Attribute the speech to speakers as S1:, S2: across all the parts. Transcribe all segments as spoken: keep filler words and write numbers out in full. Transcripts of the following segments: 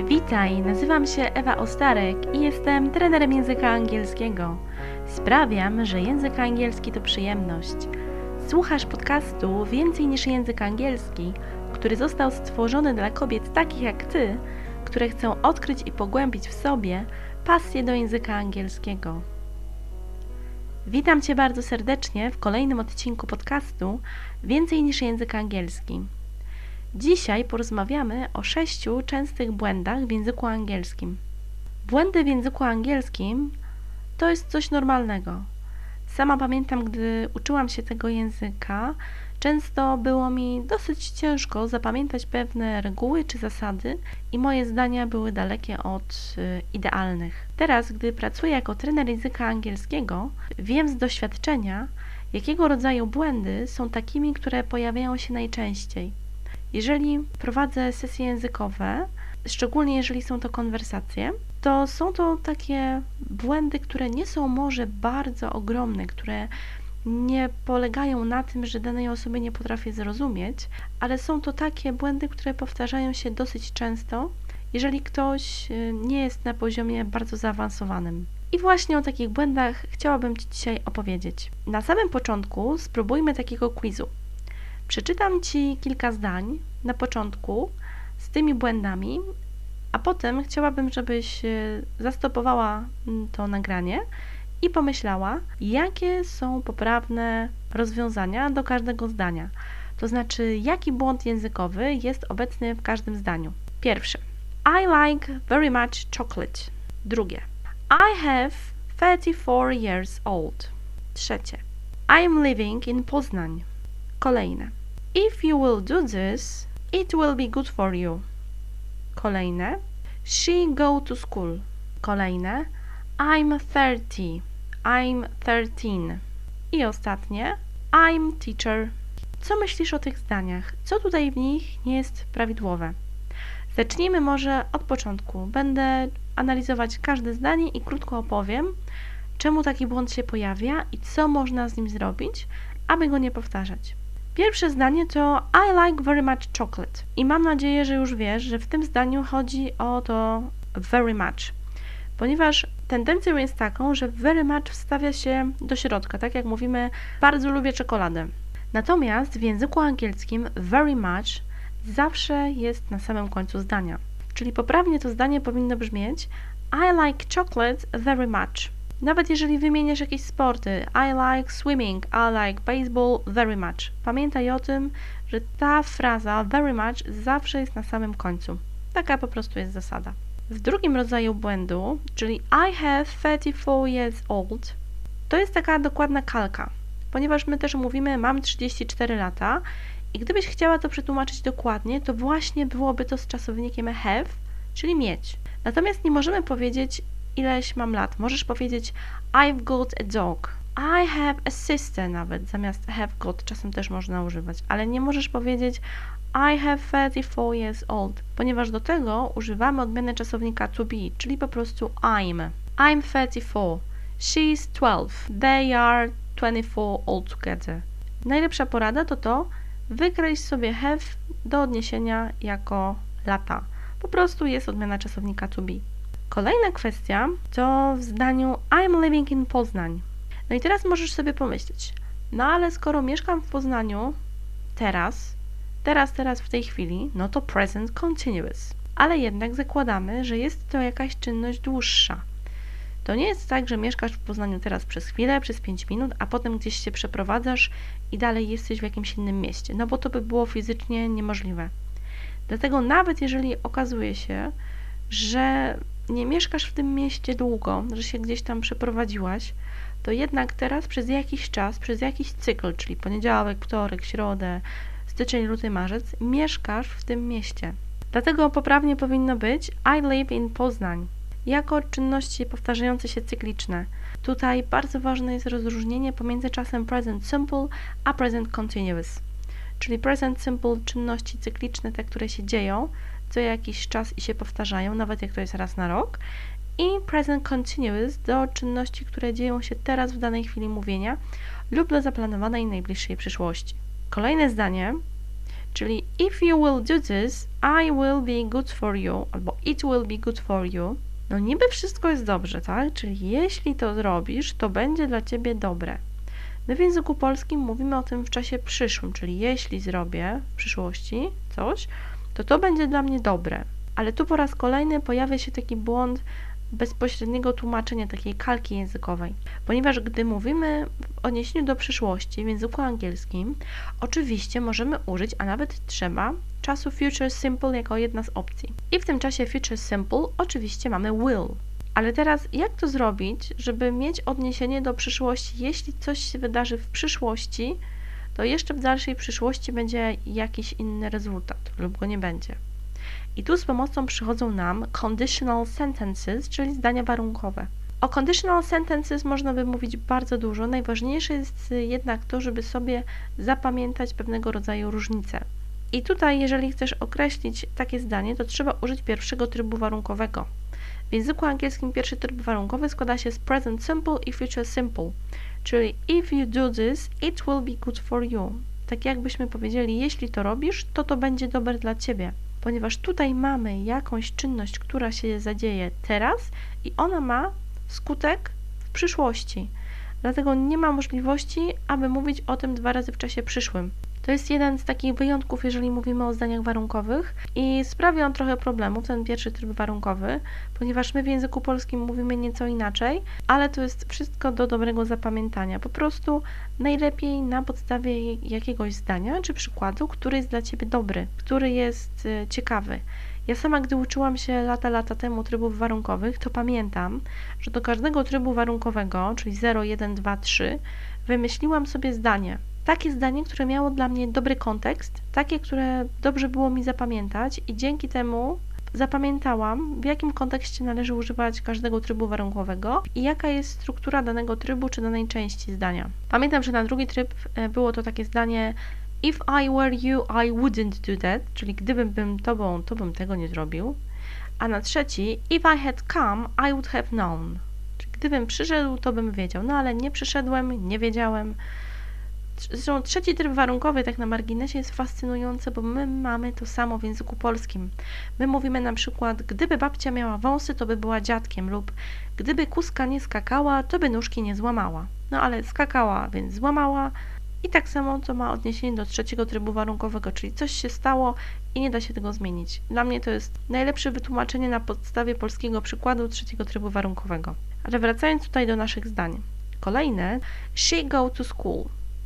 S1: Witaj, nazywam się Ewa Ostarek i jestem trenerem języka angielskiego. Sprawiam, że język angielski to przyjemność. Słuchasz podcastu Więcej niż język angielski, który został stworzony dla kobiet takich jak Ty, które chcą odkryć i pogłębić w sobie pasję do języka angielskiego. Witam Cię bardzo serdecznie w kolejnym odcinku podcastu Więcej niż język angielski. Dzisiaj porozmawiamy o sześciu częstych błędach w języku angielskim. Błędy w języku angielskim to jest coś normalnego. Sama pamiętam, gdy uczyłam się tego języka, często było mi dosyć ciężko zapamiętać pewne reguły czy zasady i moje zdania były dalekie od y, idealnych. Teraz, gdy pracuję jako trener języka angielskiego, wiem z doświadczenia, jakiego rodzaju błędy są takimi, które pojawiają się najczęściej. Jeżeli prowadzę sesje językowe, szczególnie jeżeli są to konwersacje, to są to takie błędy, które nie są może bardzo ogromne, które nie polegają na tym, że danej osoby nie potrafię zrozumieć, ale są to takie błędy, które powtarzają się dosyć często, jeżeli ktoś nie jest na poziomie bardzo zaawansowanym. I właśnie o takich błędach chciałabym Ci dzisiaj opowiedzieć. Na samym początku spróbujmy takiego quizu. Przeczytam Ci kilka zdań na początku z tymi błędami, a potem chciałabym, żebyś zastopowała to nagranie i pomyślała, jakie są poprawne rozwiązania do każdego zdania. To znaczy, jaki błąd językowy jest obecny w każdym zdaniu. Pierwsze. I like very much chocolate. Drugie. I have thirty-four years old. Trzecie. I am living in Poznań. Kolejne. If you will do this, it will be good for you. Kolejne. She go to school. Kolejne. I'm thirty. I'm thirteen. I ostatnie. I'm teacher. Co myślisz o tych zdaniach? Co tutaj w nich nie jest prawidłowe? Zacznijmy może od początku. Będę analizować każde zdanie i krótko opowiem, czemu taki błąd się pojawia i co można z nim zrobić, aby go nie powtarzać. Pierwsze zdanie to I like very much chocolate. I mam nadzieję, że już wiesz, że w tym zdaniu chodzi o to very much. Ponieważ tendencją jest taką, że very much wstawia się do środka. Tak jak mówimy, bardzo lubię czekoladę. Natomiast w języku angielskim very much zawsze jest na samym końcu zdania. Czyli poprawnie to zdanie powinno brzmieć I like chocolate very much. Nawet jeżeli wymieniasz jakieś sporty, I like swimming, I like baseball very much. Pamiętaj o tym, że ta fraza very much zawsze jest na samym końcu. Taka po prostu jest zasada. W drugim rodzaju błędu, czyli I have thirty-four years old, to jest taka dokładna kalka, ponieważ my też mówimy mam trzydzieści cztery lata i gdybyś chciała to przetłumaczyć dokładnie, to właśnie byłoby to z czasownikiem have, czyli mieć. Natomiast nie możemy powiedzieć ileś mam lat. Możesz powiedzieć I've got a dog. I have a sister nawet. Zamiast have got czasem też można używać. Ale nie możesz powiedzieć I have thirty-four years old, ponieważ do tego używamy odmiany czasownika to be, czyli po prostu I'm. I'm thirty-four. She's twelve. They are twenty-four altogether. Najlepsza porada to to, wykreśl sobie have do odniesienia jako lata. Po prostu jest odmiana czasownika to be. Kolejna kwestia to w zdaniu I'm living in Poznań. No i teraz możesz sobie pomyśleć, no ale skoro mieszkam w Poznaniu teraz, teraz, teraz w tej chwili, no to present continuous. Ale jednak zakładamy, że jest to jakaś czynność dłuższa. To nie jest tak, że mieszkasz w Poznaniu teraz przez chwilę, przez pięć minut, a potem gdzieś się przeprowadzasz i dalej jesteś w jakimś innym mieście, no bo to by było fizycznie niemożliwe. Dlatego nawet jeżeli okazuje się, że nie mieszkasz w tym mieście długo, że się gdzieś tam przeprowadziłaś, to jednak teraz przez jakiś czas, przez jakiś cykl, czyli poniedziałek, wtorek, środę, styczeń, luty, marzec, mieszkasz w tym mieście. Dlatego poprawnie powinno być I live in Poznań, jako czynności powtarzające się cykliczne. Tutaj bardzo ważne jest rozróżnienie pomiędzy czasem present simple a present continuous. Czyli present simple czynności cykliczne, te, które się dzieją co jakiś czas i się powtarzają, nawet jak to jest raz na rok, i present continuous do czynności, które dzieją się teraz w danej chwili mówienia lub do zaplanowanej najbliższej przyszłości. Kolejne zdanie, Czyli if you will do this, I will be good for you, albo it will be good for you. No niby wszystko jest dobrze, tak? Czyli jeśli to zrobisz, to będzie dla Ciebie dobre. My w języku polskim mówimy o tym w czasie przyszłym, czyli jeśli zrobię w przyszłości coś, to to będzie dla mnie dobre. Ale tu po raz kolejny pojawia się taki błąd bezpośredniego tłumaczenia, takiej kalki językowej. Ponieważ gdy mówimy w odniesieniu do przyszłości w języku angielskim, oczywiście możemy użyć, a nawet trzeba, czasu future simple jako jedna z opcji. I w tym czasie future simple oczywiście mamy will. Ale teraz jak to zrobić, żeby mieć odniesienie do przyszłości, jeśli coś się wydarzy w przyszłości, to jeszcze w dalszej przyszłości będzie jakiś inny rezultat lub go nie będzie. I tu z pomocą przychodzą nam conditional sentences, czyli zdania warunkowe. O conditional sentences można by mówić bardzo dużo. Najważniejsze jest jednak to, żeby sobie zapamiętać pewnego rodzaju różnice. I tutaj, jeżeli chcesz określić takie zdanie, to trzeba użyć pierwszego trybu warunkowego. W języku angielskim pierwszy tryb warunkowy składa się z present simple i future simple, czyli if you do this, it will be good for you. Tak jakbyśmy powiedzieli, jeśli to robisz, to to będzie dobre dla Ciebie. Ponieważ tutaj mamy jakąś czynność, która się zadzieje teraz i ona ma skutek w przyszłości. Dlatego nie ma możliwości, aby mówić o tym dwa razy w czasie przyszłym. To jest jeden z takich wyjątków, jeżeli mówimy o zdaniach warunkowych i sprawia on trochę problemów, ten pierwszy tryb warunkowy, ponieważ my w języku polskim mówimy nieco inaczej, ale to jest wszystko do dobrego zapamiętania. Po prostu najlepiej na podstawie jakiegoś zdania czy przykładu, który jest dla Ciebie dobry, który jest y, ciekawy. Ja sama, gdy uczyłam się lata, lata temu trybów warunkowych, to pamiętam, że do każdego trybu warunkowego, czyli zero, jeden, dwa, trzy, wymyśliłam sobie zdanie. Takie zdanie, które miało dla mnie dobry kontekst, takie, które dobrze było mi zapamiętać i dzięki temu zapamiętałam, w jakim kontekście należy używać każdego trybu warunkowego i jaka jest struktura danego trybu czy danej części zdania. Pamiętam, że na drugi tryb było to takie zdanie if I were you, I wouldn't do that, czyli gdybym był tobą, to bym tego nie zrobił. A na trzeci if I had come, I would have known, czyli gdybym przyszedł, to bym wiedział, no ale nie przyszedłem, nie wiedziałem. Zresztą trzeci tryb warunkowy, tak na marginesie, jest fascynujący, bo my mamy to samo w języku polskim. My mówimy na przykład, gdyby babcia miała wąsy, to by była dziadkiem, lub gdyby kuska nie skakała, to by nóżki nie złamała. No ale skakała, więc złamała i tak samo to ma odniesienie do trzeciego trybu warunkowego, czyli coś się stało i nie da się tego zmienić. Dla mnie to jest najlepsze wytłumaczenie na podstawie polskiego przykładu trzeciego trybu warunkowego. Ale wracając tutaj do naszych zdań. Kolejne, she go to school.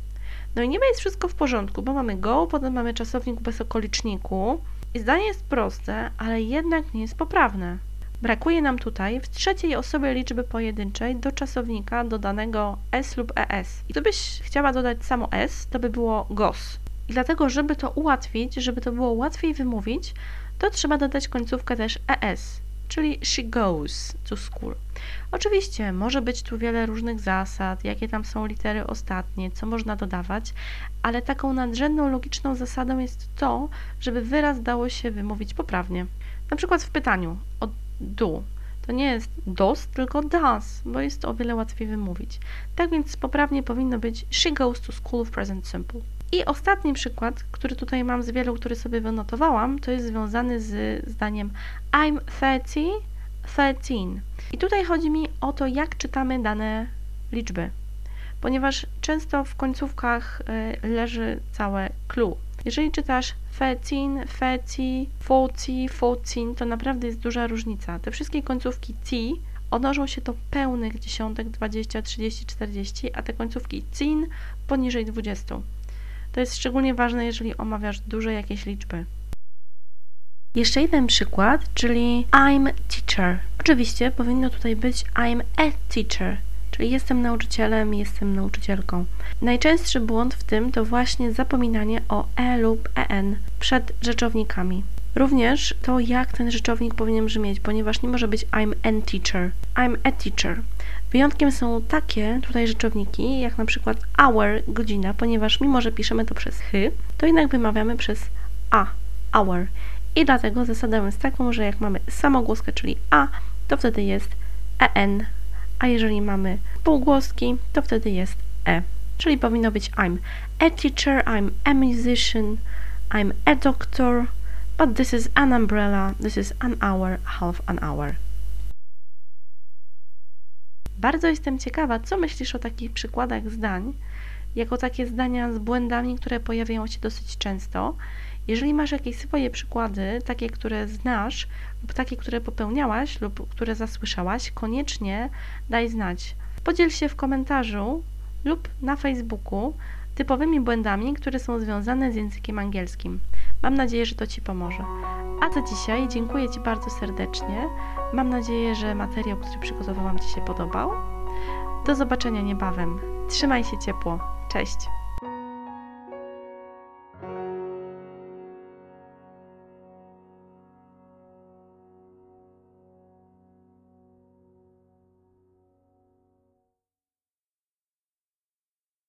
S1: No i niby jest wszystko w porządku, bo mamy go, potem mamy czasownik bez okoliczniku i zdanie jest proste, ale jednak nie jest poprawne. Brakuje nam tutaj w trzeciej osobie liczby pojedynczej do czasownika dodanego s lub es. I tu byś chciała dodać samo s, to by było goes. I dlatego, żeby to ułatwić, żeby to było łatwiej wymówić, to trzeba dodać końcówkę też es, czyli she goes to school. Oczywiście może być tu wiele różnych zasad, jakie tam są litery ostatnie, co można dodawać, ale taką nadrzędną logiczną zasadą jest to, żeby wyraz dało się wymówić poprawnie. Na przykład w pytaniu o do. To nie jest does, tylko does, bo jest to o wiele łatwiej wymówić. Tak więc poprawnie powinno być she goes to school w present simple. I ostatni przykład, który tutaj mam z wielu, który sobie wynotowałam, to jest związany z zdaniem I'm thirty, thirteen. I tutaj chodzi mi o to, jak czytamy dane liczby, ponieważ często w końcówkach y, leży całe clue. Jeżeli czytasz thirteen, thirty, forty, fourteen, to naprawdę jest duża różnica. Te wszystkie końcówki T odnoszą się do pełnych dziesiątek, dwadzieścia, trzydzieści, czterdzieści, a te końcówki teen poniżej dwudziestu. To jest szczególnie ważne, jeżeli omawiasz duże jakieś liczby. Jeszcze jeden przykład, czyli I'm teacher. Oczywiście powinno tutaj być I'm a teacher, czyli jestem nauczycielem, jestem nauczycielką. Najczęstszy błąd w tym to właśnie zapominanie o e lub en przed rzeczownikami. Również to, jak ten rzeczownik powinien brzmieć, ponieważ nie może być I'm an teacher, I'm a teacher. Wyjątkiem są takie tutaj rzeczowniki, jak na przykład hour, godzina, ponieważ mimo, że piszemy to przez chy, to jednak wymawiamy przez a, hour. I dlatego zasadą jest taką, że jak mamy samogłoskę, czyli a, to wtedy jest en, a jeżeli mamy półgłoski, to wtedy jest e. Czyli powinno być I'm a teacher, I'm a musician, I'm a doctor, but this is an umbrella, this is an hour, half an hour. Bardzo jestem ciekawa, co myślisz o takich przykładach zdań, jako takie zdania z błędami, które pojawiają się dosyć często. Jeżeli masz jakieś swoje przykłady, takie, które znasz, lub takie, które popełniałaś, lub które zasłyszałaś, koniecznie daj znać. Podziel się w komentarzu lub na Facebooku typowymi błędami, które są związane z językiem angielskim. Mam nadzieję, że to Ci pomoże. A za dzisiaj dziękuję Ci bardzo serdecznie. Mam nadzieję, że materiał, który przygotowałam Ci się podobał. Do zobaczenia niebawem. Trzymaj się ciepło. Cześć!